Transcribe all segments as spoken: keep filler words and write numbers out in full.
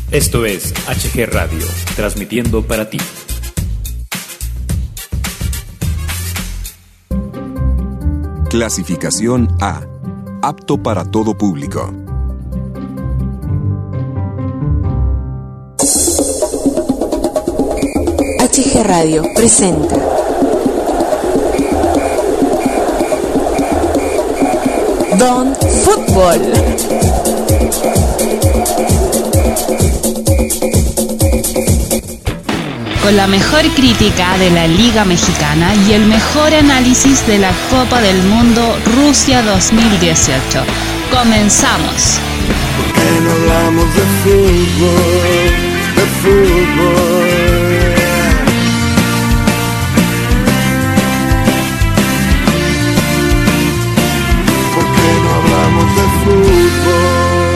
Esto es H G Radio, transmitiendo para ti. Clasificación A. Apto para todo público. H G Radio presenta Don Fútbol. Con la mejor crítica de la Liga Mexicana y el mejor análisis de la Copa del Mundo Rusia dos mil dieciocho. ¡Comenzamos! ¿Por qué no hablamos de fútbol? De fútbol. ¿Por qué no hablamos de fútbol?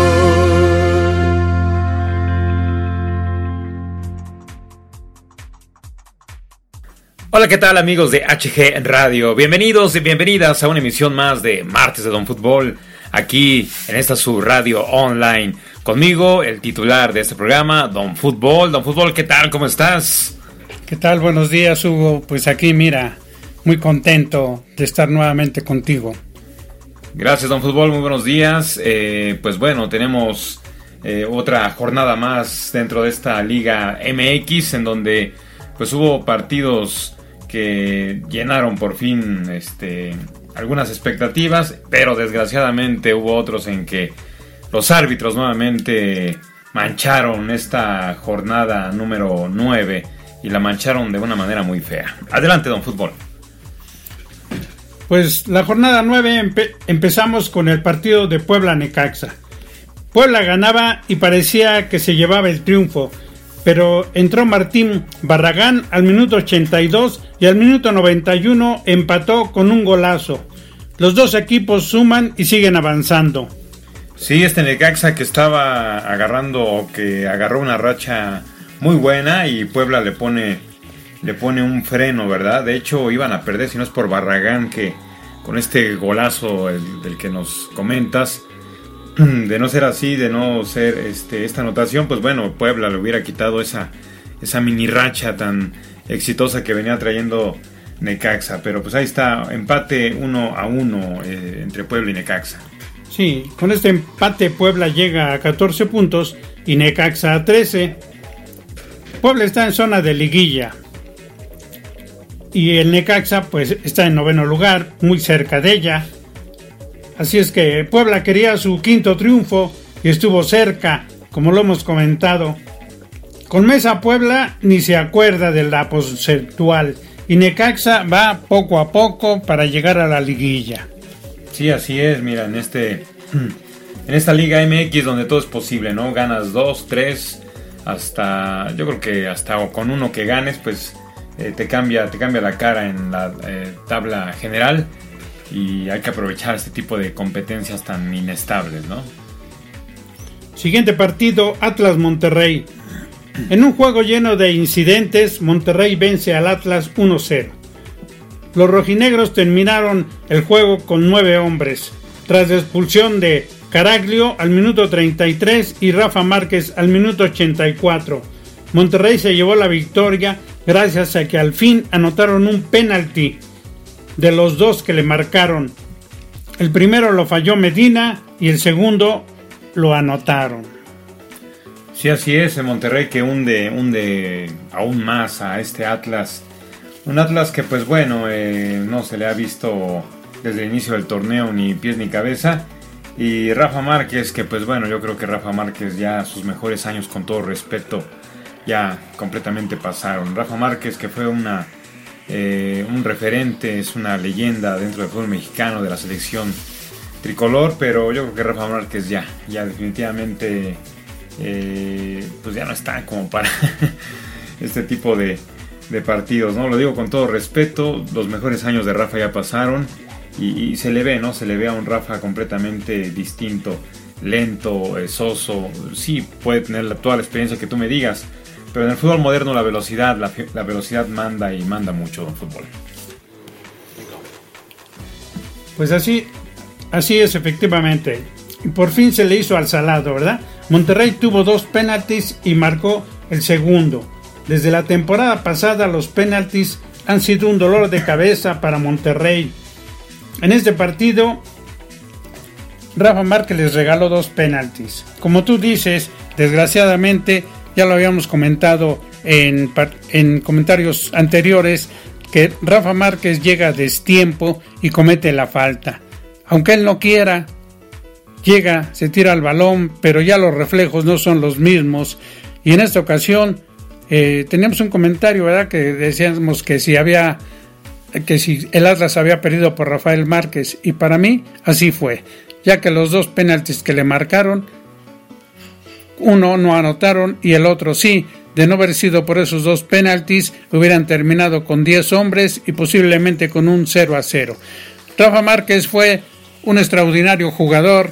Hola, ¿qué tal amigos de H G Radio? Bienvenidos y bienvenidas a una emisión más de Martes de Don Fútbol, aquí en esta su radio online. Conmigo, el titular de este programa, Don Fútbol. Don Fútbol, ¿qué tal? ¿Cómo estás? ¿Qué tal? Buenos días, Hugo. Pues aquí, mira, muy contento de estar nuevamente contigo. Gracias, Don Fútbol, muy buenos días. Eh, pues bueno, tenemos eh, otra jornada más dentro de esta Liga M X, en donde pues hubo partidos que llenaron por fin este, algunas expectativas, pero desgraciadamente hubo otros en que los árbitros nuevamente mancharon esta jornada número nueve y la mancharon de una manera muy fea. Adelante, Don Fútbol. Pues la jornada nueve empe- empezamos con el partido de Puebla-Necaxa. Puebla ganaba y parecía que se llevaba el triunfo, pero entró Martín Barragán al minuto ochenta y dos y al minuto noventa y uno empató con un golazo. Los dos equipos suman y siguen avanzando. Sí, este Necaxa que estaba agarrando, o que agarró una racha muy buena, y Puebla le pone, le pone un freno, ¿verdad? De hecho, iban a perder, si no es por Barragán, que con este golazo el, del que nos comentas, de no ser así, de no ser este, esta anotación, pues bueno, Puebla le hubiera quitado esa, esa mini racha tan exitosa que venía trayendo Necaxa. Pero pues ahí está, empate uno a uno eh, entre Puebla y Necaxa. Sí, con este empate Puebla llega a catorce puntos y Necaxa a trece. Puebla está en zona de liguilla y el Necaxa pues está en noveno lugar, muy cerca de ella. Así es que Puebla quería su quinto triunfo y estuvo cerca, como lo hemos comentado. Con Mesa Puebla ni se acuerda de la porcentual y Necaxa va poco a poco para llegar a la liguilla. Sí, así es, mira, en este en esta Liga M X donde todo es posible, ¿no? Ganas dos, tres, hasta, yo creo que hasta con uno que ganes, pues eh, te cambia, te cambia la cara en la eh, tabla general. Y hay que aprovechar este tipo de competencias tan inestables, ¿no? Siguiente partido, Atlas Monterrey. En un juego lleno de incidentes, Monterrey vence al Atlas uno cero. Los rojinegros terminaron el juego con nueve hombres, tras la expulsión de Caraglio al minuto treinta y tres y Rafa Márquez al minuto ochenta y cuatro. Monterrey se llevó la victoria gracias a que al fin anotaron un penalti de los dos que le marcaron. El primero lo falló Medina y el segundo lo anotaron. Sí, así es, en Monterrey que hunde, hunde aún más a este Atlas. Un Atlas que pues bueno, eh, no se le ha visto desde el inicio del torneo ni pies ni cabeza. Y Rafa Márquez, que pues bueno, yo creo que Rafa Márquez ya sus mejores años, con todo respeto, ya completamente pasaron. Rafa Márquez, que fue una Eh, un referente, es una leyenda dentro del fútbol mexicano, de la selección tricolor, pero yo creo que Rafa Márquez ya, ya definitivamente eh, pues ya no está como para este tipo de, de partidos, ¿no? Lo digo con todo respeto, los mejores años de Rafa ya pasaron y, y se le ve, ¿no? Se le ve a un Rafa completamente distinto, lento, eh, soso, sí puede tener la, toda la experiencia que tú me digas, pero en el fútbol moderno la velocidad, la, la velocidad manda y manda mucho en fútbol. Pues así, así es efectivamente. Y por fin se le hizo al salado, ¿verdad? Monterrey tuvo dos penaltis y marcó el segundo. Desde la temporada pasada los penaltis han sido un dolor de cabeza para Monterrey. En este partido, Rafa Márquez les regaló dos penaltis. Como tú dices, desgraciadamente, ya lo habíamos comentado en, en comentarios anteriores, que Rafa Márquez llega a destiempo y comete la falta. Aunque él no quiera, llega, se tira al balón, pero ya los reflejos no son los mismos. Y en esta ocasión eh, teníamos un comentario, ¿verdad?, que decíamos que si había, que si el Atlas había perdido por Rafael Márquez, y para mí así fue, ya que los dos penaltis que le marcaron, uno no anotaron y el otro sí. De no haber sido por esos dos penaltis, hubieran terminado con diez hombres y posiblemente con un cero a cero. Rafa Márquez fue un extraordinario jugador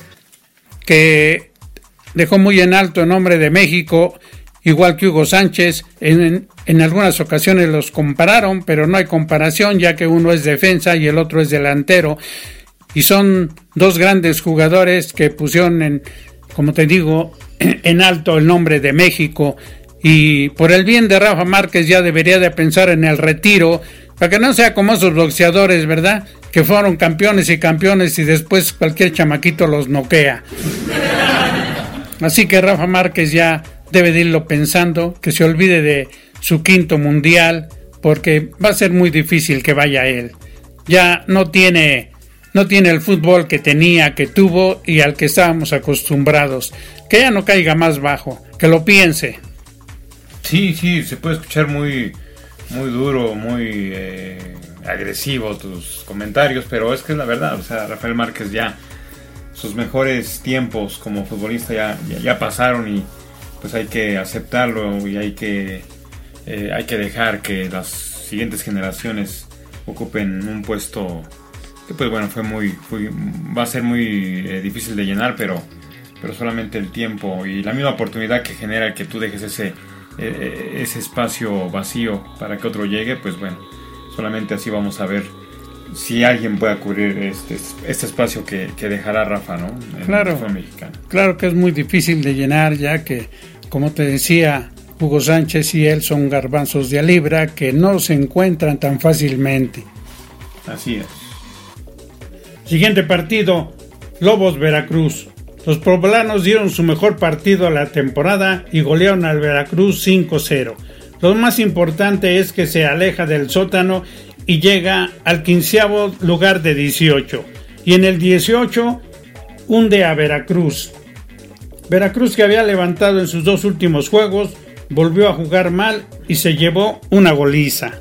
que dejó muy en alto el nombre de México, igual que Hugo Sánchez. En, en algunas ocasiones los compararon, pero no hay comparación, ya que uno es defensa y el otro es delantero. Y son dos grandes jugadores que pusieron, en, como te digo, en alto el nombre de México. Y por el bien de Rafa Márquez ya debería de pensar en el retiro, para que no sea como esos boxeadores, ¿verdad?, que fueron campeones y campeones y después cualquier chamaquito los noquea. Así que Rafa Márquez ya debe de irlo pensando, que se olvide de su quinto mundial, porque va a ser muy difícil que vaya él. Ya no tiene, no tiene el fútbol que tenía, que tuvo y al que estábamos acostumbrados. Que ya no caiga más bajo, que lo piense. Sí, sí, se puede escuchar muy, muy duro, muy eh, agresivo tus comentarios, pero es que es la verdad. O sea, Rafael Márquez ya, sus mejores tiempos como futbolista ya, ya, ya pasaron y pues hay que aceptarlo y hay que, eh, hay que dejar que las siguientes generaciones ocupen un puesto que pues bueno, fue muy, fue, va a ser muy eh, difícil de llenar, pero, pero solamente el tiempo y la misma oportunidad que genera que tú dejes ese ese espacio vacío para que otro llegue, pues bueno, solamente así vamos a ver si alguien puede cubrir este, este espacio que, que dejará Rafa, ¿no? En claro, el fútbol mexicano. Claro que es muy difícil de llenar, ya que, como te decía, Hugo Sánchez y él son garbanzos de a libra que no se encuentran tan fácilmente. Así es. Siguiente partido, Lobos Veracruz. Los poblanos dieron su mejor partido a la temporada y golearon al Veracruz cinco cero. Lo más importante es que se aleja del sótano y llega al quinceavo lugar de dieciocho. Y en el dieciocho hunde a Veracruz. Veracruz, que había levantado en sus dos últimos juegos, volvió a jugar mal y se llevó una goliza.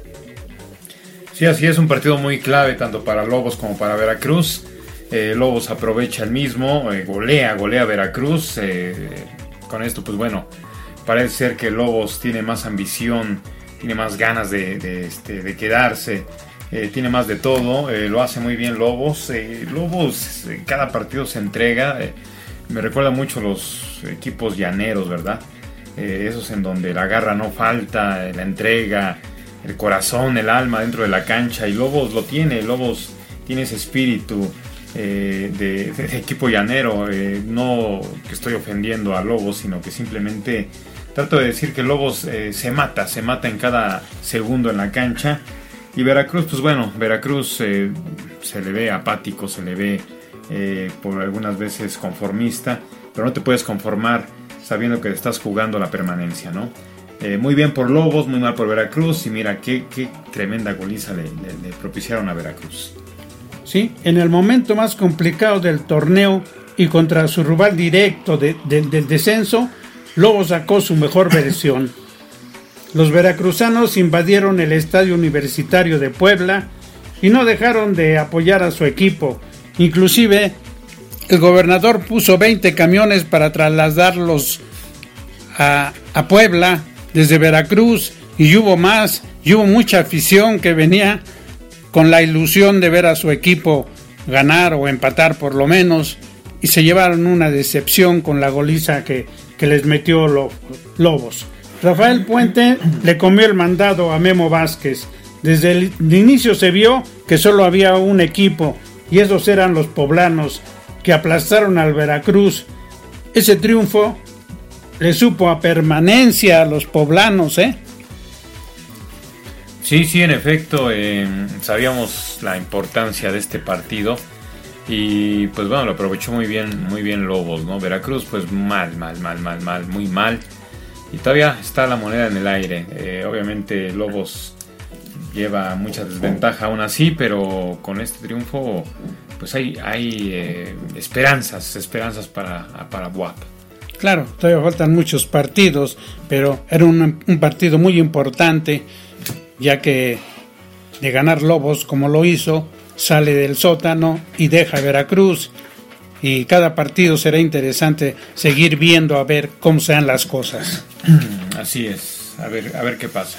Sí, así es, un partido muy clave tanto para Lobos como para Veracruz. Eh, Lobos aprovecha el mismo, eh, golea, golea Veracruz. Eh, con esto, pues bueno, parece ser que Lobos tiene más ambición, tiene más ganas de, de, este, de quedarse, eh, tiene más de todo. Eh, lo hace muy bien Lobos. Eh, Lobos, en cada partido se entrega. Eh, me recuerda mucho los equipos llaneros, ¿verdad? Eh, esos en donde la garra no falta, la entrega, el corazón, el alma dentro de la cancha. Y Lobos lo tiene, Lobos tiene ese espíritu. Eh, de, de equipo llanero. Eh, no que estoy ofendiendo a Lobos, sino que simplemente trato de decir que Lobos eh, se mata, se mata en cada segundo en la cancha. Y Veracruz, pues bueno, Veracruz eh, se le ve apático, se le ve eh, por algunas veces conformista, pero no te puedes conformar sabiendo que estás jugando la permanencia, ¿no? Eh, muy bien por Lobos, muy mal por Veracruz, y mira qué, qué tremenda goliza le, le, le propiciaron a Veracruz. Sí, en el momento más complicado del torneo y contra su rival directo de, de, del descenso, Lobos sacó su mejor versión. Los veracruzanos invadieron el Estadio Universitario de Puebla y no dejaron de apoyar a su equipo. Inclusive, el gobernador puso veinte camiones para trasladarlos a, a Puebla desde Veracruz, y hubo más, y hubo mucha afición que venía con la ilusión de ver a su equipo ganar o empatar por lo menos, y se llevaron una decepción con la goliza que, que les metió lo, Lobos. Rafael Puente le comió el mandado a Memo Vázquez. Desde el, el inicio se vio que solo había un equipo, y esos eran los poblanos, que aplastaron al Veracruz. Ese triunfo le supo a permanencia a los poblanos, ¿eh? Sí, sí, en efecto, eh, sabíamos la importancia de este partido y pues bueno, lo aprovechó muy bien, muy bien Lobos, ¿no? Veracruz pues mal, mal, mal, mal, mal, muy mal y todavía está la moneda en el aire. Eh, obviamente Lobos lleva mucha desventaja aún así, pero con este triunfo pues hay, hay eh, esperanzas, esperanzas para, para B U A P. Claro, todavía faltan muchos partidos, pero era un, un partido muy importante, ya que de ganar Lobos como lo hizo, sale del sótano y deja a Veracruz, y cada partido será interesante seguir viendo a ver cómo sean las cosas. Así es, a ver, a ver qué pasa.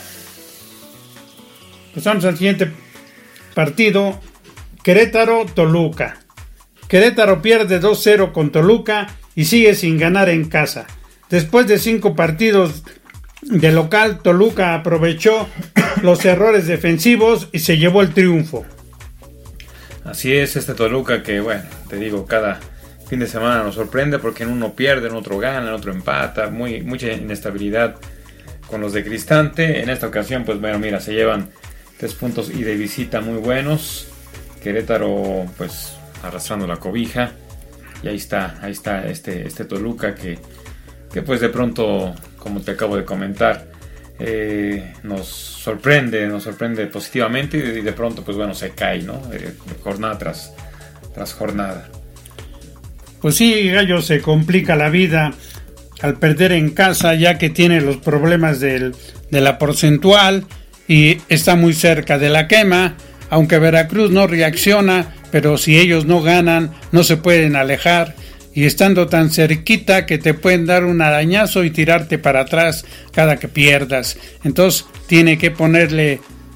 Pasamos al siguiente partido, Querétaro-Toluca. Querétaro pierde dos cero con Toluca y sigue sin ganar en casa. Después de cinco partidos de local, Toluca aprovechó los errores defensivos y se llevó el triunfo. Así es, este Toluca que, bueno, te digo, cada fin de semana nos sorprende porque en uno pierde, en otro gana, en otro empata, muy, mucha inestabilidad con los de Cristante. En esta ocasión, pues bueno, mira, se llevan tres puntos y de visita muy buenos. Querétaro, pues, arrastrando la cobija. Y ahí está, ahí está este, este Toluca que, que pues de pronto, como te acabo de comentar, eh, nos sorprende, nos sorprende positivamente y de, y de pronto, pues bueno, se cae, ¿no? Eh, jornada tras, tras jornada. Pues sí, Gallo se complica la vida al perder en casa, ya que tiene los problemas del, de la porcentual y está muy cerca de la quema, aunque Veracruz no reacciona, pero si ellos no ganan, no se pueden alejar, y estando tan cerquita que te pueden dar un arañazo y tirarte para atrás cada que pierdas. Entonces tiene que ponerle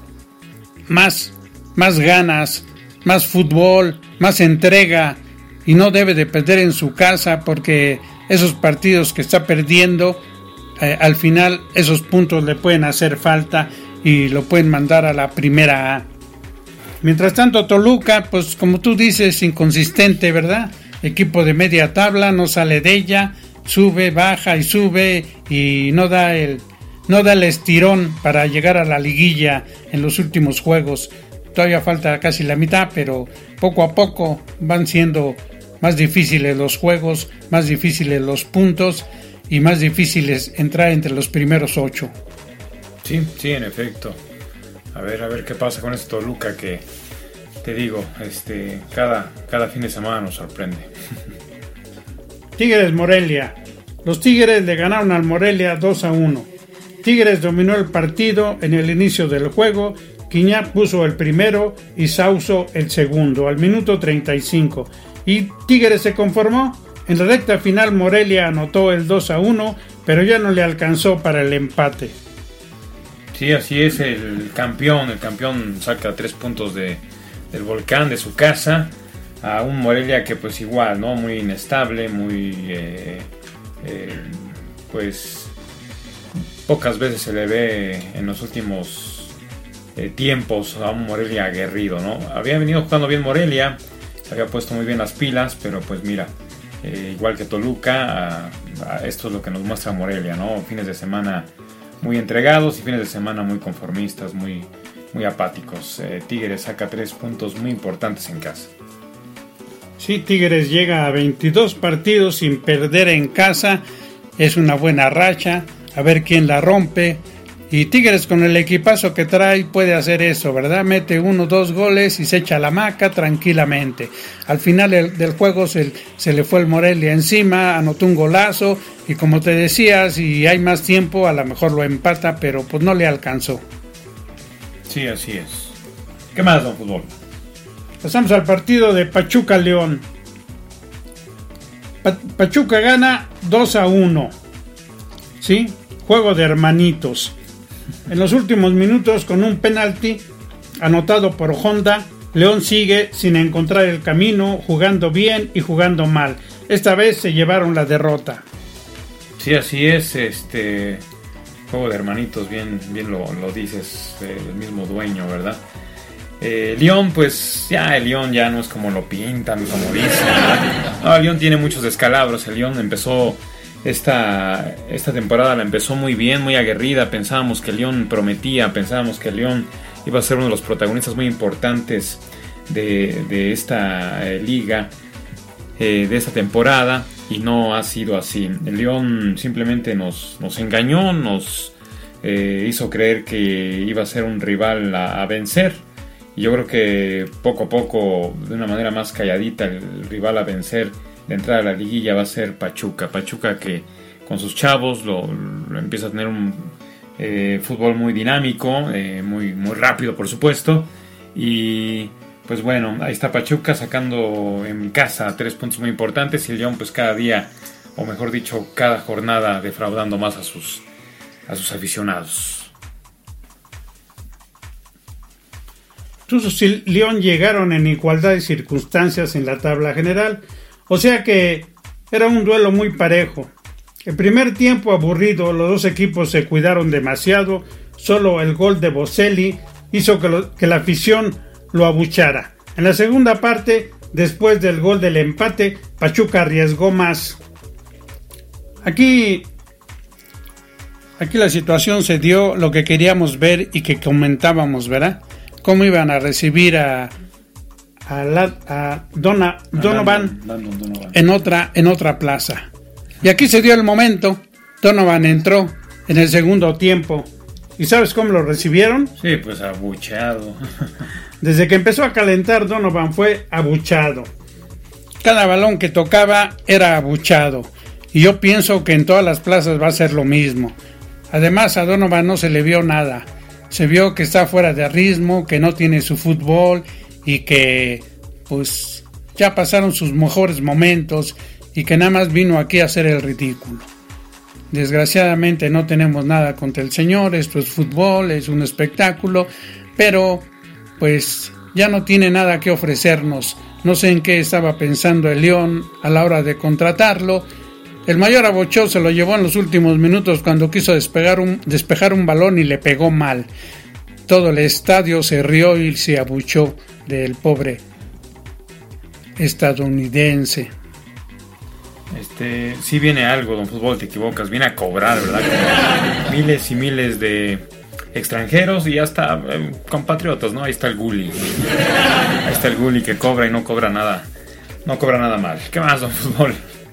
más, más ganas, más fútbol, más entrega, y no debe de perder en su casa, porque esos partidos que está perdiendo, eh, al final esos puntos le pueden hacer falta y lo pueden mandar a la primera A. Mientras tanto, Toluca, pues como tú dices, inconsistente, ¿verdad? Equipo de media tabla, no sale de ella, sube, baja y sube y no da el, no da el estirón para llegar a la liguilla en los últimos juegos. Todavía falta casi la mitad, pero poco a poco van siendo más difíciles los juegos, más difíciles los puntos y más difíciles entrar entre los primeros ocho. Sí, sí, en efecto. A ver, a ver qué pasa con este Toluca que, te digo, este, cada, cada fin de semana nos sorprende. Tigres Morelia. Los Tigres le ganaron al Morelia dos a uno. Tigres dominó el partido en el inicio del juego. Quiñá puso el primero y Sauso el segundo al minuto treinta y cinco. Y Tigres se conformó. En la recta final Morelia anotó el dos a uno, pero ya no le alcanzó para el empate. Sí, así es, el campeón, el campeón saca tres puntos de, del Volcán, de su casa, a un Morelia que pues igual, ¿no? Muy inestable, muy, eh, eh, pues, pocas veces se le ve en los últimos eh, tiempos a un Morelia aguerrido, ¿no? Había venido jugando bien Morelia, se había puesto muy bien las pilas, pero pues mira, eh, igual que Toluca, a, a esto es lo que nos muestra Morelia, ¿no? Fines de semana muy entregados y fines de semana muy conformistas, muy, muy apáticos. Eh, Tigres saca tres puntos muy importantes en casa. Sí, Tigres llega a veintidós partidos sin perder en casa. Es una buena racha. A ver quién la rompe. Y Tigres con el equipazo que trae puede hacer eso, ¿verdad? Mete uno, dos goles y se echa la hamaca tranquilamente. Al final del, del juego se, se le fue el Morelia encima, anotó un golazo y como te decía, si hay más tiempo a lo mejor lo empata, pero pues no le alcanzó. Sí, así es. ¿Qué más, don Fútbol? Pasamos al partido de Pachuca-León. Pa- Pachuca gana dos a uno. ¿Sí? Juego de hermanitos. En los últimos minutos, con un penalti anotado por Honda, León sigue sin encontrar el camino, jugando bien y jugando mal. Esta vez se llevaron la derrota. Sí, así es, este juego de hermanitos, bien, bien lo, lo dices, eh, el mismo dueño, ¿verdad? Eh, León, pues ya el León ya no es como lo pintan, como dicen, ¿verdad? No, el León tiene muchos descalabros. El León empezó esta, esta temporada la empezó muy bien, muy aguerrida. Pensábamos que Lyon prometía, pensábamos que Lyon iba a ser uno de los protagonistas muy importantes de, de esta eh, liga, eh, de esta temporada, y no ha sido así. El Lyon simplemente nos, nos engañó, nos eh, hizo creer que iba a ser un rival a, a vencer, y yo creo que poco a poco, de una manera más calladita, el rival a vencer de entrada a la liguilla va a ser Pachuca. Pachuca que con sus chavos lo, lo empieza a tener un eh, fútbol muy dinámico, eh, muy, muy rápido por supuesto, y pues bueno, ahí está Pachuca sacando en casa tres puntos muy importantes, y el Lyon pues cada día, o mejor dicho cada jornada, defraudando más a sus, a sus aficionados. Tuzos y Lyon llegaron en igualdad de circunstancias en la tabla general, o sea que era un duelo muy parejo. El primer tiempo aburrido, los dos equipos se cuidaron demasiado, solo el gol de Boselli hizo que, lo, que la afición lo abuchara. En la segunda parte, después del gol del empate, Pachuca arriesgó más. Aquí, aquí la situación se dio lo que queríamos ver y que comentábamos, ¿verdad? Cómo iban a recibir a, a, la, a Dona, Donovan, Landon, Donovan en otra, en otra plaza. Y aquí se dio el momento. Donovan entró en el segundo tiempo. ¿Y sabes cómo lo recibieron? Sí, pues abucheado. Desde que empezó a calentar, Donovan fue abuchado. Cada balón que tocaba era abuchado. Y yo pienso que en todas las plazas va a ser lo mismo. Además, a Donovan no se le vio nada. Se vio que está fuera de ritmo, que no tiene su fútbol y que pues ya pasaron sus mejores momentos y que nada más vino aquí a hacer el ridículo. Desgraciadamente no tenemos nada contra el señor, esto es fútbol, es un espectáculo, pero pues ya no tiene nada que ofrecernos. No sé en qué estaba pensando el Lyon a la hora de contratarlo. El mayor abochó se lo llevó en los últimos minutos cuando quiso despegar un, despejar un balón y le pegó mal. Todo el estadio se rió y se abuchó del pobre estadounidense. Este, sí viene algo, don Fútbol, te equivocas, viene a cobrar, ¿verdad? Como miles y miles de extranjeros y hasta eh, compatriotas, ¿no? Ahí está el Gulli. Ahí está el Gulli que cobra y no cobra nada, no cobra nada mal. ¿Qué más, don Fútbol?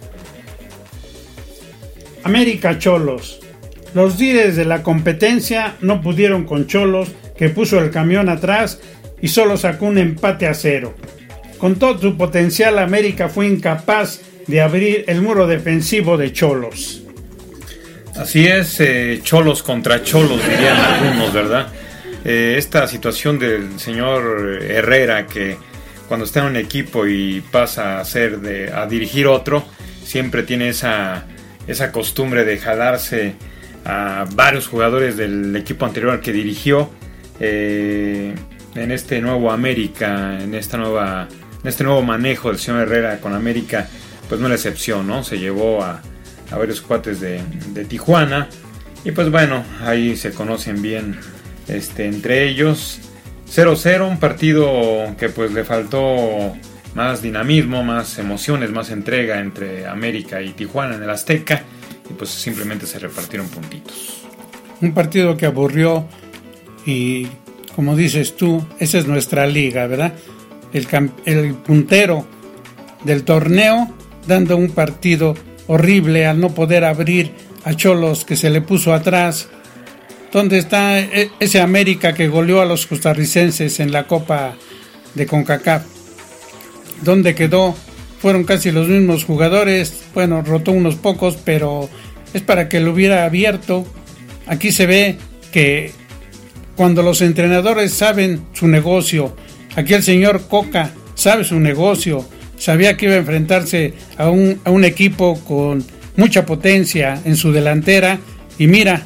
América Cholos. Los líderes de la competencia no pudieron con Cholos, que puso el camión atrás y solo sacó un empate a cero. Con todo su potencial, América fue incapaz de abrir el muro defensivo de Cholos. Así es, eh, Cholos contra Cholos dirían algunos, ¿verdad? Eh, esta situación del señor Herrera, que cuando está en un equipo y pasa a ser de, a dirigir otro, siempre tiene esa, esa costumbre de jalarse a varios jugadores del equipo anterior que dirigió. Eh, en este nuevo América, en esta nueva, en este nuevo manejo del señor Herrera con América, pues no es la excepción, ¿no? Se llevó a, a varios cuates de, de Tijuana y pues bueno, ahí se conocen bien este, entre ellos. cero cero, un partido que pues le faltó más dinamismo, más emociones, más entrega entre América y Tijuana en el Azteca, y pues simplemente se repartieron puntitos. Un partido que aburrió y como dices tú, esa es nuestra liga, ¿verdad? El, camp- el puntero del torneo dando un partido horrible al no poder abrir a Cholos que se le puso atrás. ¿Dónde está ese América que goleó a los costarricenses en la Copa de CONCACAF? ¿Dónde quedó? Fueron casi los mismos jugadores, bueno, rotó unos pocos, pero es para que lo hubiera abierto. Aquí se ve que cuando los entrenadores saben su negocio, aquí el señor Coca sabe su negocio, sabía que iba a enfrentarse a un, a un equipo con mucha potencia en su delantera y mira,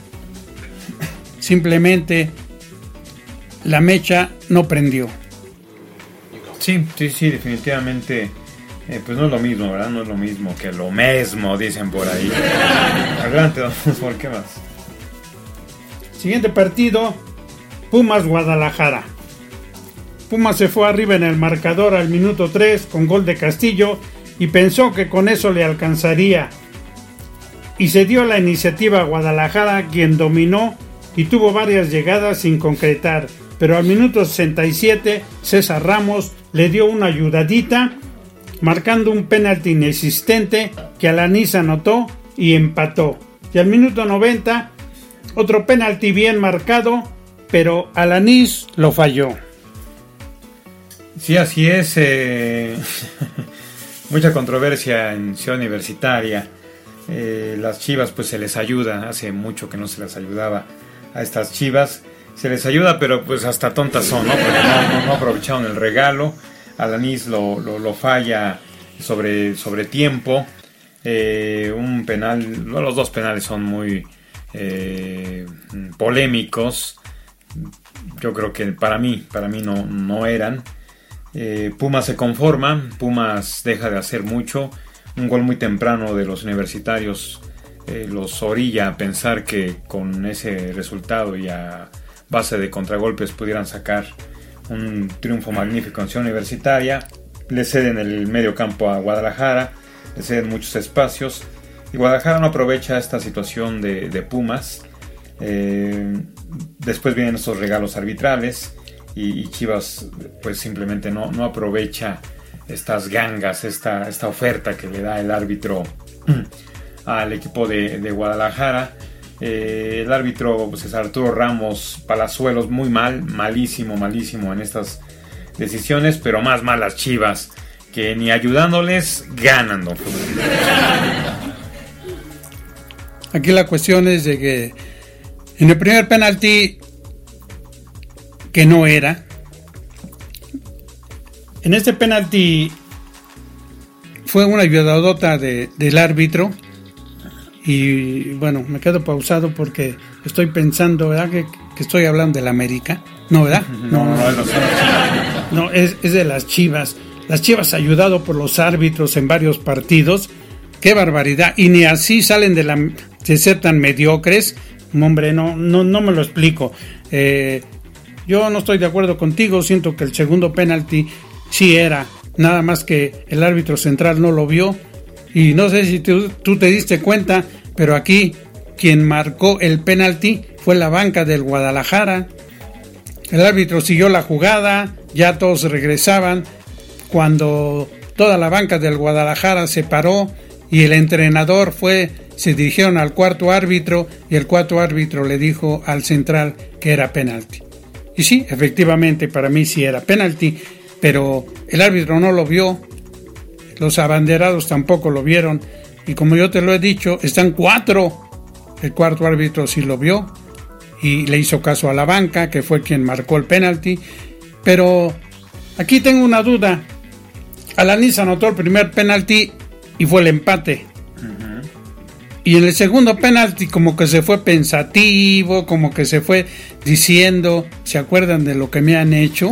simplemente la mecha no prendió. Sí, sí, sí, definitivamente, eh, pues no es lo mismo, ¿verdad? No es lo mismo que lo mismo, dicen por ahí. Adelante, ¿por qué más? Siguiente partido, Pumas Guadalajara. Pumas se fue arriba en el marcador al minuto tres con gol de Castillo y pensó que con eso le alcanzaría. y se dio la iniciativa a Guadalajara, quien dominó y tuvo varias llegadas sin concretar, pero al minuto sesenta y siete César Ramos le dio una ayudadita, marcando un penalti inexistente que Alanís anotó y empató. Y al minuto noventa, otro penalti bien marcado, pero Alanís lo falló. Sí, así es. Eh, mucha controversia en Ciudad Universitaria. Eh, las Chivas pues se les ayuda, hace mucho que no se les ayudaba a estas Chivas. Se les ayuda, pero pues hasta tontas son, ¿no? Porque no, no, no aprovecharon el regalo. Alanís lo, lo, lo falla sobre, sobre tiempo. Eh, un penal, los dos penales son muy eh, polémicos. Yo creo que para mí, para mí no, no eran. Eh, Pumas se conforma, Pumas deja de hacer mucho. Un gol muy temprano de los universitarios eh, los orilla a pensar que con ese resultado y a base de contragolpes pudieran sacar un triunfo magnífico en Ciudad Universitaria. Le ceden el medio campo a Guadalajara, le ceden muchos espacios y Guadalajara no aprovecha esta situación de, de Pumas. Eh, después vienen estos regalos arbitrales y, y Chivas pues simplemente no, no aprovecha estas gangas, esta, esta oferta que le da el árbitro al equipo de, de Guadalajara. Eh, el árbitro pues, es Arturo Ramos Palazuelos, muy mal, malísimo, malísimo en estas decisiones, pero más mal las Chivas, que ni ayudándoles ganan, don Fútbol. Aquí la cuestión es de que en el primer penalti, que no era, en este penalti fue una ayudadota de, del árbitro. Y bueno, me quedo pausado porque estoy pensando, ¿verdad? Que, que estoy hablando de la América. No, ¿verdad? No, no, no, no, no es, es de las Chivas. Las Chivas ayudado por los árbitros en varios partidos. ¡Qué barbaridad! Y ni así salen de, la, de ser tan mediocres. Hombre, no, no, no me lo explico. Eh, yo no estoy de acuerdo contigo. Siento que el segundo penalti sí era. Nada más que el árbitro central no lo vio. Y no sé si tú, tú te diste cuenta, pero aquí quien marcó el penalti fue la banca del Guadalajara. El árbitro siguió la jugada, ya todos regresaban. Cuando toda la banca del Guadalajara se paró y el entrenador fue, se dirigieron al cuarto árbitro y el cuarto árbitro le dijo al central que era penalti. Y sí, efectivamente para mí sí era penalti, pero el árbitro no lo vio. Los abanderados tampoco lo vieron y como yo te lo he dicho, están cuatro. El cuarto árbitro sí lo vio y le hizo caso a la banca, que fue quien marcó el penalti. Pero aquí tengo una duda. Alanís anotó el primer penalti y fue el empate. Uh-huh. Y en el segundo penalti como que se fue pensativo, como que se fue diciendo, ¿se acuerdan de lo que me han hecho?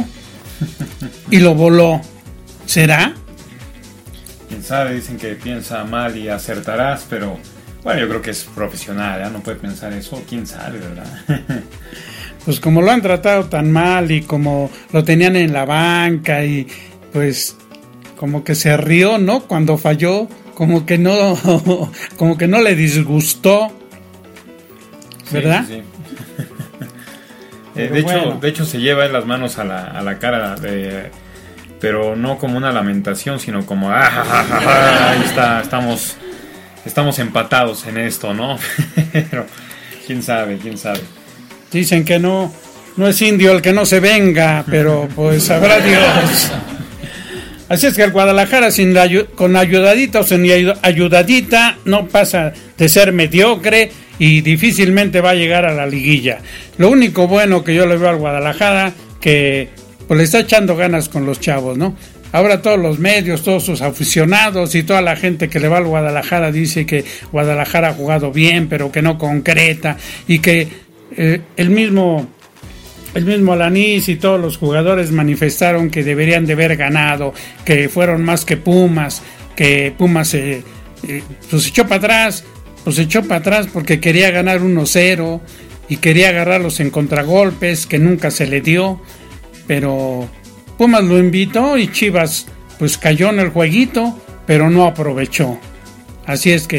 Y lo voló. ¿Será? Quién sabe, dicen que piensa mal y acertarás, pero bueno, yo creo que es profesional, ¿eh? No puede pensar eso, quién sabe, ¿verdad? Pues como lo han tratado tan mal y como lo tenían en la banca y pues como que se rió, ¿no? Cuando falló, como que no, como que no le disgustó, ¿verdad? Sí, sí. eh, de bueno. hecho, de hecho se lleva en las manos a la, a la cara de, pero no como una lamentación, sino como ah, ja, ja, ja, ja, ahí está, estamos, estamos empatados en esto, ¿no? Pero quién sabe, quién sabe. Dicen que no, no es indio el que no se venga, pero pues sabrá Dios. Así es que el Guadalajara sin la, con ayudadita o sin ayudadita no pasa de ser mediocre y difícilmente va a llegar a la liguilla. Lo único bueno que yo le veo al Guadalajara, que pues le está echando ganas con los chavos, ¿no? Ahora todos los medios, todos sus aficionados y toda la gente que le va al Guadalajara dice que Guadalajara ha jugado bien, pero que no concreta y que eh, el mismo... El mismo Alanís y todos los jugadores manifestaron que deberían de haber ganado, que fueron más que Pumas, que Pumas se eh, pues echó para atrás, pues echó para atrás porque quería ganar uno cero y quería agarrarlos en contragolpes, que nunca se le dio, pero Pumas lo invitó y Chivas pues cayó en el jueguito, pero no aprovechó. Así es que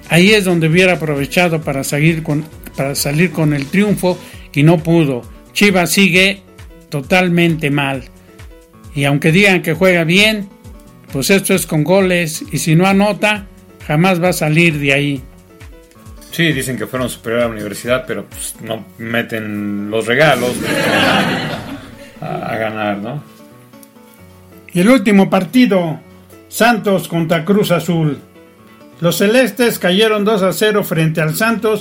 Ahí es donde hubiera aprovechado para salir con, para salir con el triunfo y no pudo. Chivas sigue totalmente mal. Y aunque digan que juega bien, pues esto es con goles y si no anota, jamás va a salir de ahí. Sí, dicen que fueron superior a la universidad, pero pues no meten los regalos a, a ganar, ¿no? Y el último partido, Santos contra Cruz Azul. Los celestes cayeron dos a cero frente al Santos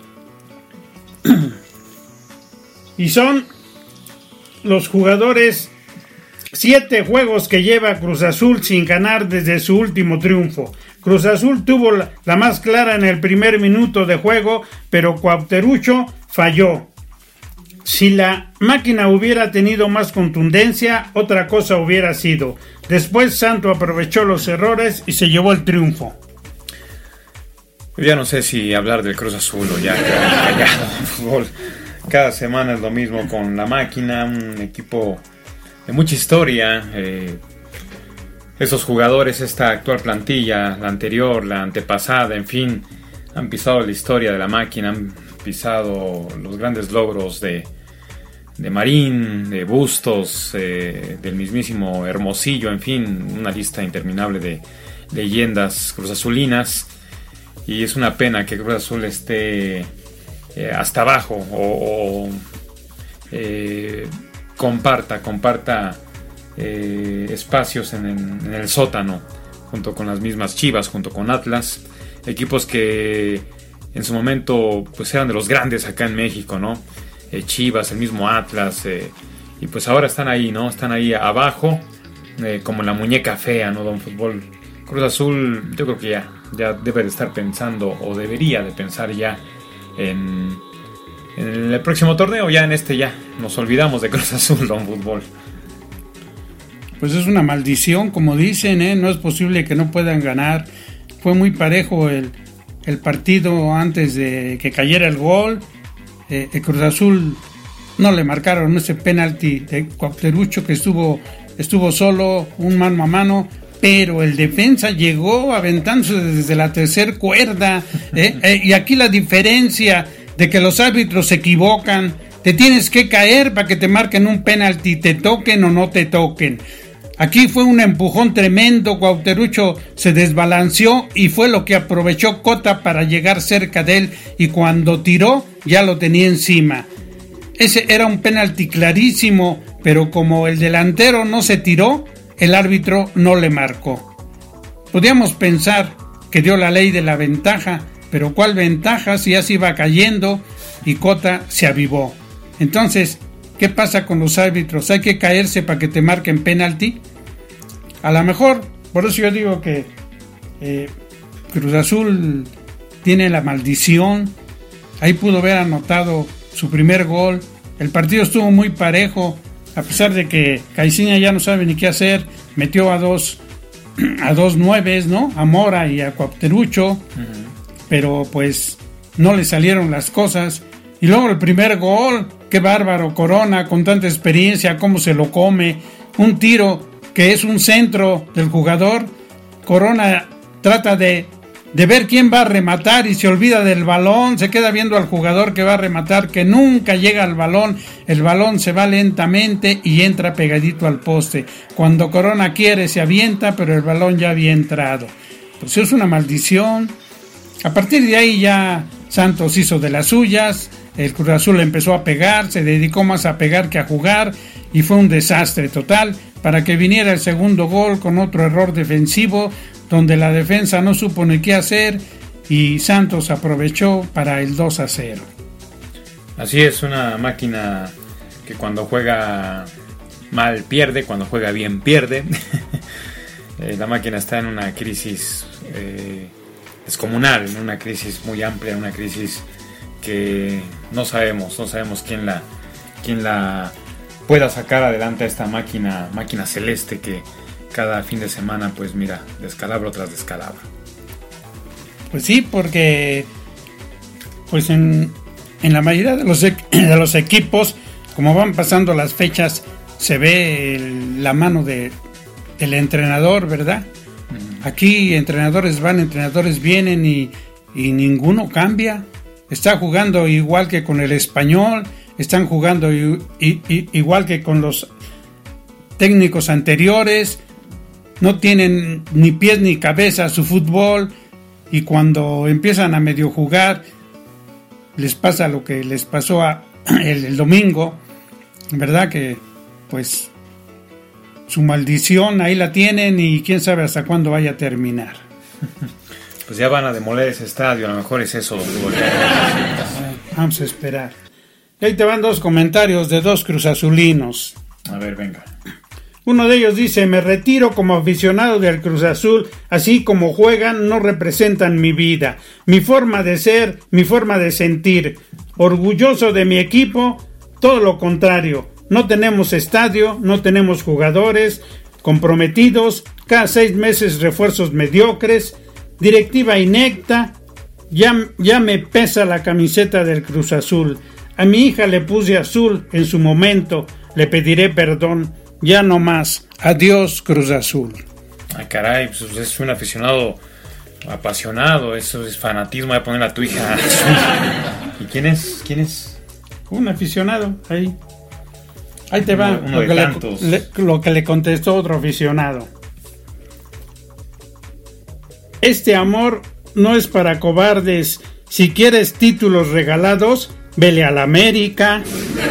y son los jugadores siete juegos que lleva Cruz Azul sin ganar desde su último triunfo. Cruz Azul tuvo la, la más clara en el primer minuto de juego, pero Cuauhterucho falló. Si la máquina hubiera tenido más contundencia, otra cosa hubiera sido. Después Santos aprovechó los errores y se llevó el triunfo. Yo ya no sé si hablar del Cruz Azul o ya callado de fútbol. Cada semana es lo mismo con la máquina, un equipo de mucha historia. Eh, esos jugadores, esta actual plantilla, la anterior, la antepasada, en fin, han pisado la historia de la máquina, han pisado los grandes logros de, de Marín, de Bustos, eh, del mismísimo Hermosillo, en fin, una lista interminable de leyendas cruzazulinas. Y es una pena que Cruz Azul esté eh, hasta abajo o, o eh, comparta, comparta eh, espacios en, en, en el sótano junto con las mismas Chivas, junto con Atlas, equipos que en su momento pues eran de los grandes acá en México, ¿no? Eh, Chivas, el mismo Atlas, eh, y pues ahora están ahí, ¿no? Están ahí abajo, eh, como la muñeca fea, ¿no? Don Fútbol. Cruz Azul, yo creo que ya, ya debe de estar pensando, o debería de pensar ya en, en el próximo torneo, ya en este ya. Nos olvidamos de Cruz Azul, Don Fútbol. Pues es una maldición, como dicen, ¿eh? No es posible que no puedan ganar. Fue muy parejo el, el partido antes de que cayera el gol. Eh, el Cruz Azul no le marcaron ese penalti de Cuauhterucho que estuvo, estuvo solo, un mano a mano. Pero el defensa llegó aventándose desde la tercera cuerda. ¿eh? Eh, y aquí la diferencia de que los árbitros se equivocan. Te tienes que caer para que te marquen un penalti, te toquen o no te toquen. Aquí fue un empujón tremendo. Cuauhterucho se desbalanceó y fue lo que aprovechó Cota para llegar cerca de él. Y cuando tiró, ya lo tenía encima. Ese era un penalti clarísimo, pero como el delantero no se tiró, el árbitro no le marcó. Podíamos pensar que dio la ley de la ventaja, pero ¿cuál ventaja si ya se iba cayendo y Cota se avivó? Entonces, ¿qué pasa con los árbitros? ¿Hay que caerse para que te marquen penalti? A lo mejor, por eso yo digo que eh, Cruz Azul tiene la maldición. Ahí pudo haber anotado su primer gol. El partido estuvo muy parejo. A pesar de que Caixinha ya no sabe ni qué hacer, metió a dos a dos nueves, ¿no? A Mora y a Cuauhterucho, uh-huh. Pero pues no le salieron las cosas. Y luego el primer gol, qué bárbaro, Corona, con tanta experiencia, cómo se lo come. Un tiro que es un centro del jugador. Corona trata de, de ver quién va a rematar y se olvida del balón, se queda viendo al jugador que va a rematar, que nunca llega al balón, el balón se va lentamente y entra pegadito al poste. Cuando Corona quiere se avienta, pero el balón ya había entrado. Pues es una maldición. A partir de ahí ya Santos hizo de las suyas, el Cruz Azul empezó a pegar, se dedicó más a pegar que a jugar y fue un desastre total para que viniera el segundo gol con otro error defensivo donde la defensa no supo ni qué hacer y Santos aprovechó para el dos a cero. Así es, una máquina que cuando juega mal pierde, cuando juega bien pierde. eh, la máquina está en una crisis eh, descomunal, en una crisis muy amplia, una crisis que no sabemos, no sabemos quién la, quién la pueda sacar adelante a esta máquina, máquina celeste que cada fin de semana, pues mira, descalabro tras descalabro. Pues sí, porque pues en, en la mayoría de los, de los equipos, como van pasando las fechas, se ve el, la mano de, del entrenador, ¿verdad? Uh-huh. Aquí entrenadores van, entrenadores vienen y, y ninguno cambia. Está jugando igual que con el Español, están jugando i- i- igual que con los técnicos anteriores, no tienen ni pies ni cabeza su fútbol, y cuando empiezan a medio jugar les pasa lo que les pasó a el, el domingo, ¿verdad? Que pues su maldición ahí la tienen y quién sabe hasta cuándo vaya a terminar. Pues ya van a demoler ese estadio, a lo mejor es eso. Vamos a esperar. Y ahí te van dos comentarios de dos cruzazulinos. A ver, venga. Uno de ellos dice: me retiro como aficionado del Cruz Azul, así como juegan no representan mi vida, mi forma de ser, mi forma de sentir. Orgulloso de mi equipo, todo lo contrario. No tenemos estadio, no tenemos jugadores comprometidos, cada seis meses refuerzos mediocres, directiva inecta. Ya, ya me pesa la camiseta del Cruz Azul. A mi hija le puse azul en su momento, le pediré perdón. Ya no más. Adiós, Cruz Azul. Ay, caray, pues es un aficionado apasionado, eso es fanatismo de poner a tu hija azul. ¿Y quién es? ¿Quién es? Un aficionado, ahí. Ahí te va Uno, uno lo, que tantos. le, le, lo que le contestó otro aficionado. Este amor no es para cobardes. Si quieres títulos regalados, vele a la América.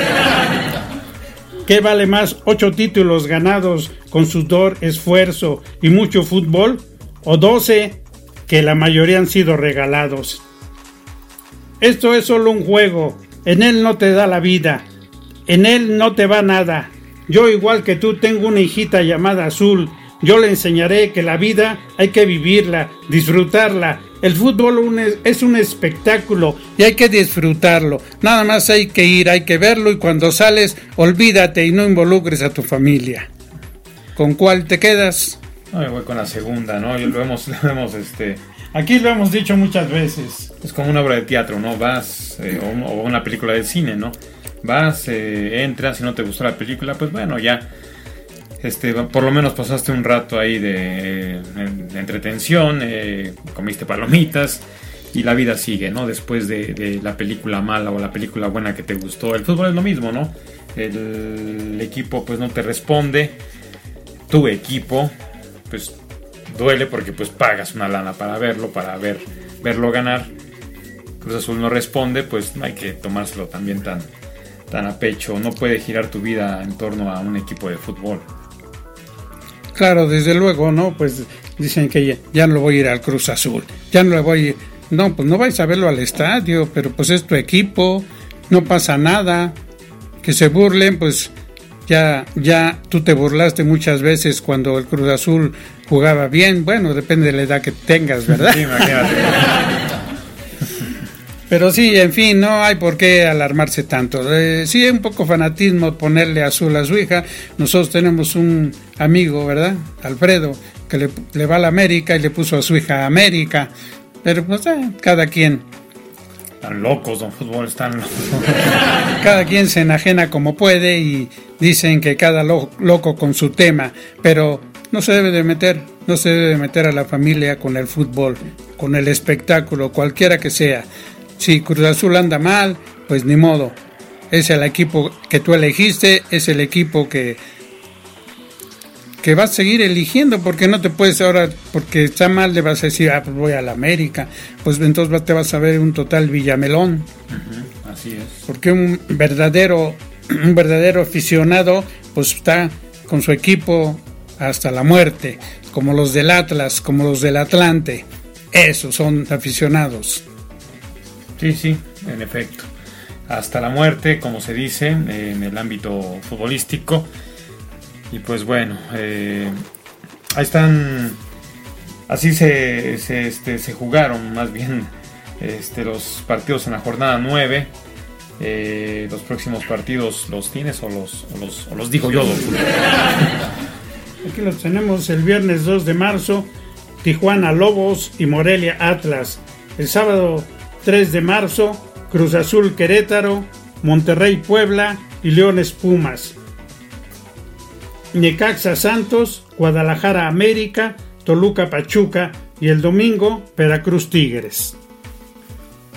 ¿Qué vale más, ocho títulos ganados con sudor, esfuerzo y mucho fútbol, o doce que la mayoría han sido regalados? Esto es solo un juego, en él no te da la vida, en él no te va nada. Yo, igual que tú, tengo una hijita llamada Azul. Yo le enseñaré que la vida hay que vivirla, disfrutarla. El fútbol es un espectáculo y hay que disfrutarlo. Nada más hay que ir, hay que verlo, y cuando sales, olvídate y no involucres a tu familia. ¿Con cuál te quedas? No, me voy con la segunda, ¿no? Yo lo hemos, lo hemos, este... Aquí lo hemos dicho muchas veces. Es como una obra de teatro, ¿no? Vas, eh, o, un, o una película de cine, ¿no? Vas, eh, entras, y no te gustó la película, pues bueno, ya... Este, por lo menos pasaste un rato ahí de, de entretención, eh, comiste palomitas y la vida sigue, ¿no? Después de, de la película mala o la película buena que te gustó. El fútbol es lo mismo, ¿no? El, el equipo pues no te responde, tu equipo pues duele porque pues pagas una lana para verlo, para ver, verlo ganar. Cruz Azul no responde, pues no hay que tomárselo también tan, tan a pecho. No puede girar tu vida en torno a un equipo de fútbol. Claro, desde luego, ¿no? Pues dicen que ya, ya no voy a ir al Cruz Azul, ya no le voy a ir. No, pues no vais a verlo al estadio, pero pues es tu equipo, no pasa nada. Que se burlen, pues ya, ya tú te burlaste muchas veces cuando el Cruz Azul jugaba bien. Bueno, depende de la edad que tengas, ¿verdad? Sí, imagínate. Pero sí, en fin, no hay por qué alarmarse tanto. Eh, sí, es un poco fanatismo ponerle azul a su hija. Nosotros tenemos un amigo, ¿verdad? Alfredo, que le, le va a la América y le puso a su hija América. Pero pues eh, cada quien. Están locos, don fútbol, están locos. Cada quien se enajena como puede y dicen que cada lo, loco con su tema. Pero no se debe de meter, no se debe de meter a la familia con el fútbol, con el espectáculo, cualquiera que sea. Si Cruz Azul anda mal, pues ni modo. Es el equipo que tú elegiste, es el equipo que, que vas a seguir eligiendo, porque no te puedes ahora, porque está mal, le vas a decir, ah, pues voy a la América. Pues entonces te vas a ver un total Villamelón. Uh-huh, así es. Porque un verdadero, un verdadero aficionado, pues está con su equipo hasta la muerte, como los del Atlas, como los del Atlante. Esos son aficionados. Sí, sí, en efecto. Hasta la muerte, como se dice, en el ámbito futbolístico. Y pues bueno, eh, ahí están, así se, se, este, se jugaron más bien este, los partidos en la jornada nueve. Eh, los próximos partidos, ¿los tienes o los, o los, o los digo yo? Aquí los tenemos el viernes dos de marzo, Tijuana Lobos y Morelia Atlas. El sábado tres de marzo, Cruz Azul Querétaro, Monterrey Puebla y Leones Pumas. Necaxa Santos, Guadalajara América, Toluca Pachuca y el domingo Veracruz Tigres.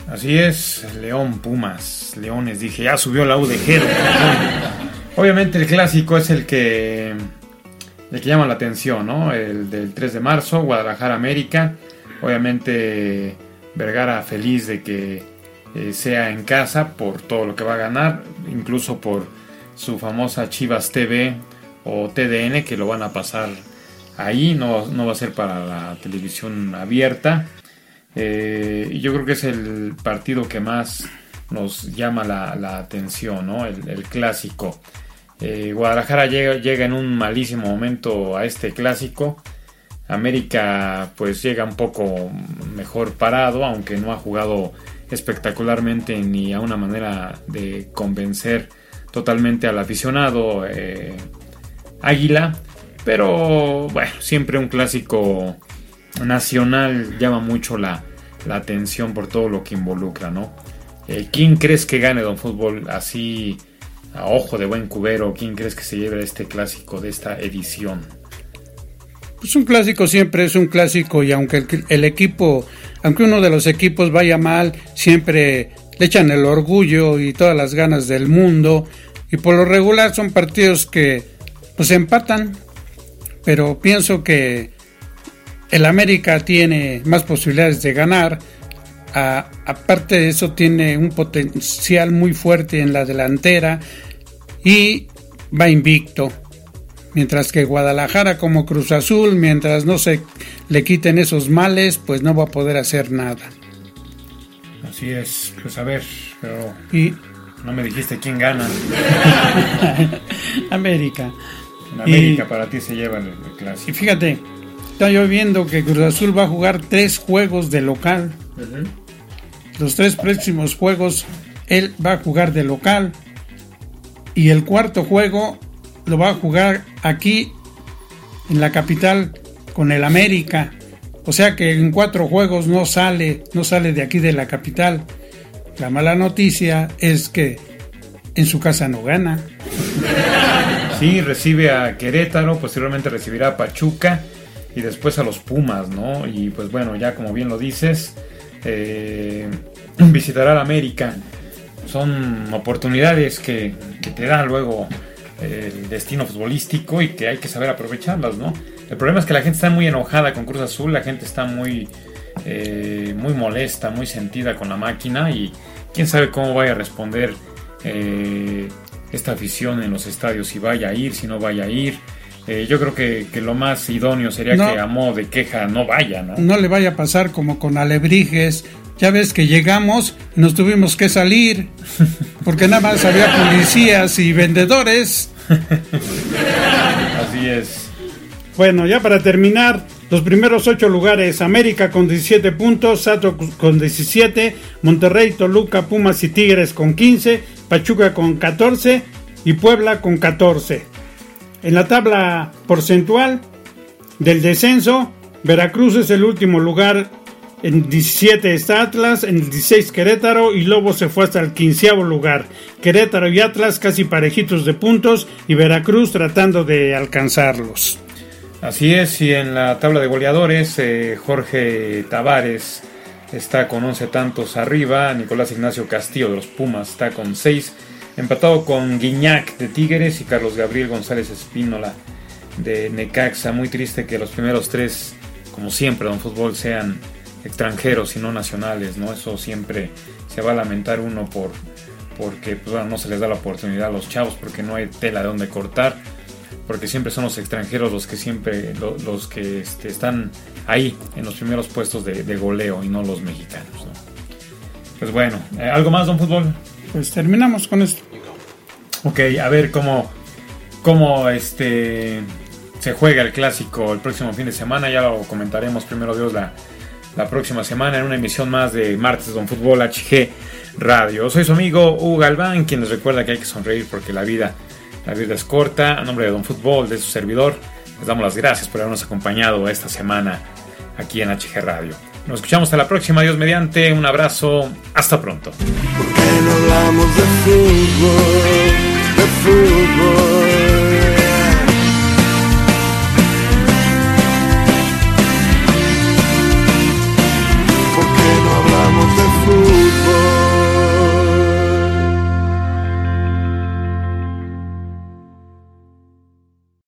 Así es, León Pumas, Leones, dije, ya subió la U de Jero. Obviamente el clásico es el que, el que llama la atención, ¿no? El del tres de marzo, Guadalajara América. Obviamente Vergara feliz de que eh, sea en casa por todo lo que va a ganar, incluso por su famosa Chivas T V o T D N, que lo van a pasar ahí, no, no va a ser para la televisión abierta. Eh, y yo creo que es el partido que más nos llama la, la atención, ¿no? El, el clásico. Eh, Guadalajara llega, llega en un malísimo momento a este clásico. América pues llega un poco mejor parado, aunque no ha jugado espectacularmente ni a una manera de convencer totalmente al aficionado eh, Águila. Pero bueno, siempre un clásico nacional llama mucho la, la atención por todo lo que involucra, ¿no? Eh, ¿Quién crees que gane, Don Fútbol, así a ojo de buen cubero? ¿Quién crees que se lleve este clásico de esta edición? Pues un clásico siempre es un clásico, y aunque el, el equipo, aunque uno de los equipos vaya mal, siempre le echan el orgullo y todas las ganas del mundo, y por lo regular son partidos que pues empatan, pero pienso que el América tiene más posibilidades de ganar. A, aparte de eso, tiene un potencial muy fuerte en la delantera y va invicto, mientras que Guadalajara, como Cruz Azul, mientras no se le quiten esos males, pues no va a poder hacer nada. Así es, pues a ver, pero y no me dijiste quién gana. América. En América y, para ti se lleva el, el clásico. Y fíjate, está yo viendo que Cruz Azul va a jugar tres juegos de local. Uh-huh. Los tres próximos juegos él va a jugar de local, y el cuarto juego lo va a jugar aquí en la capital con el América. O sea que en cuatro juegos no sale, no sale de aquí de la capital. La mala noticia es que en su casa no gana. Sí, recibe a Querétaro, posteriormente recibirá a Pachuca y después a los Pumas, ¿no? Y pues bueno, ya como bien lo dices, eh, visitará al América. Son oportunidades que, que te da luego el destino futbolístico y que hay que saber aprovecharlas, ¿no? El problema es que la gente está muy enojada con Cruz Azul, la gente está muy, eh, muy molesta, muy sentida con la máquina, y quién sabe cómo vaya a responder eh, esta afición en los estadios, si vaya a ir, si no vaya a ir. Eh, yo creo que, que lo más idóneo sería no, que a modo de queja no vaya, ¿no? No le vaya a pasar como con Alebrijes. Ya ves que llegamos y nos tuvimos que salir porque nada más había policías y vendedores. Así es. Bueno, ya para terminar, los primeros ocho lugares: América con diecisiete puntos, Sato con diecisiete, Monterrey, Toluca, Pumas y Tigres con quince, Pachuca con catorce y Puebla con catorce. En la tabla porcentual del descenso, Veracruz es el último lugar. En diecisiete está Atlas, en el dieciséis Querétaro, y Lobos se fue hasta el quinceavo lugar. Querétaro y Atlas casi parejitos de puntos, y Veracruz tratando de alcanzarlos. Así es, y en la tabla de goleadores, eh, Jorge Tavares está con once tantos arriba, Nicolás Ignacio Castillo de los Pumas está con seis, empatado con Guiñac de Tigres y Carlos Gabriel González Espínola de Necaxa. Muy triste que los primeros tres, como siempre, Don Fútbol, sean extranjeros y no nacionales, ¿no? Eso siempre se va a lamentar uno por porque pues, bueno, no se les da la oportunidad a los chavos, porque no hay tela de donde cortar, porque siempre son los extranjeros los que siempre los, los que este, están ahí en los primeros puestos de, de goleo, y no los mexicanos, ¿no? Pues bueno, ¿eh, ¿algo más, Don Fútbol? Pues terminamos con esto. Ok, a ver cómo cómo este se juega el clásico el próximo fin de semana. Ya lo comentaremos, primero Dios, la la próxima semana en una emisión más de Martes Don Fútbol H G Radio. Soy su amigo Hugo Galván, quien les recuerda que hay que sonreír porque la vida, la vida es corta. A nombre de Don Fútbol, de su servidor, les damos las gracias por habernos acompañado esta semana aquí en H G Radio. Nos escuchamos hasta la próxima, Dios mediante, un abrazo, hasta pronto. ¿Por qué no hablamos de fútbol, de fútbol?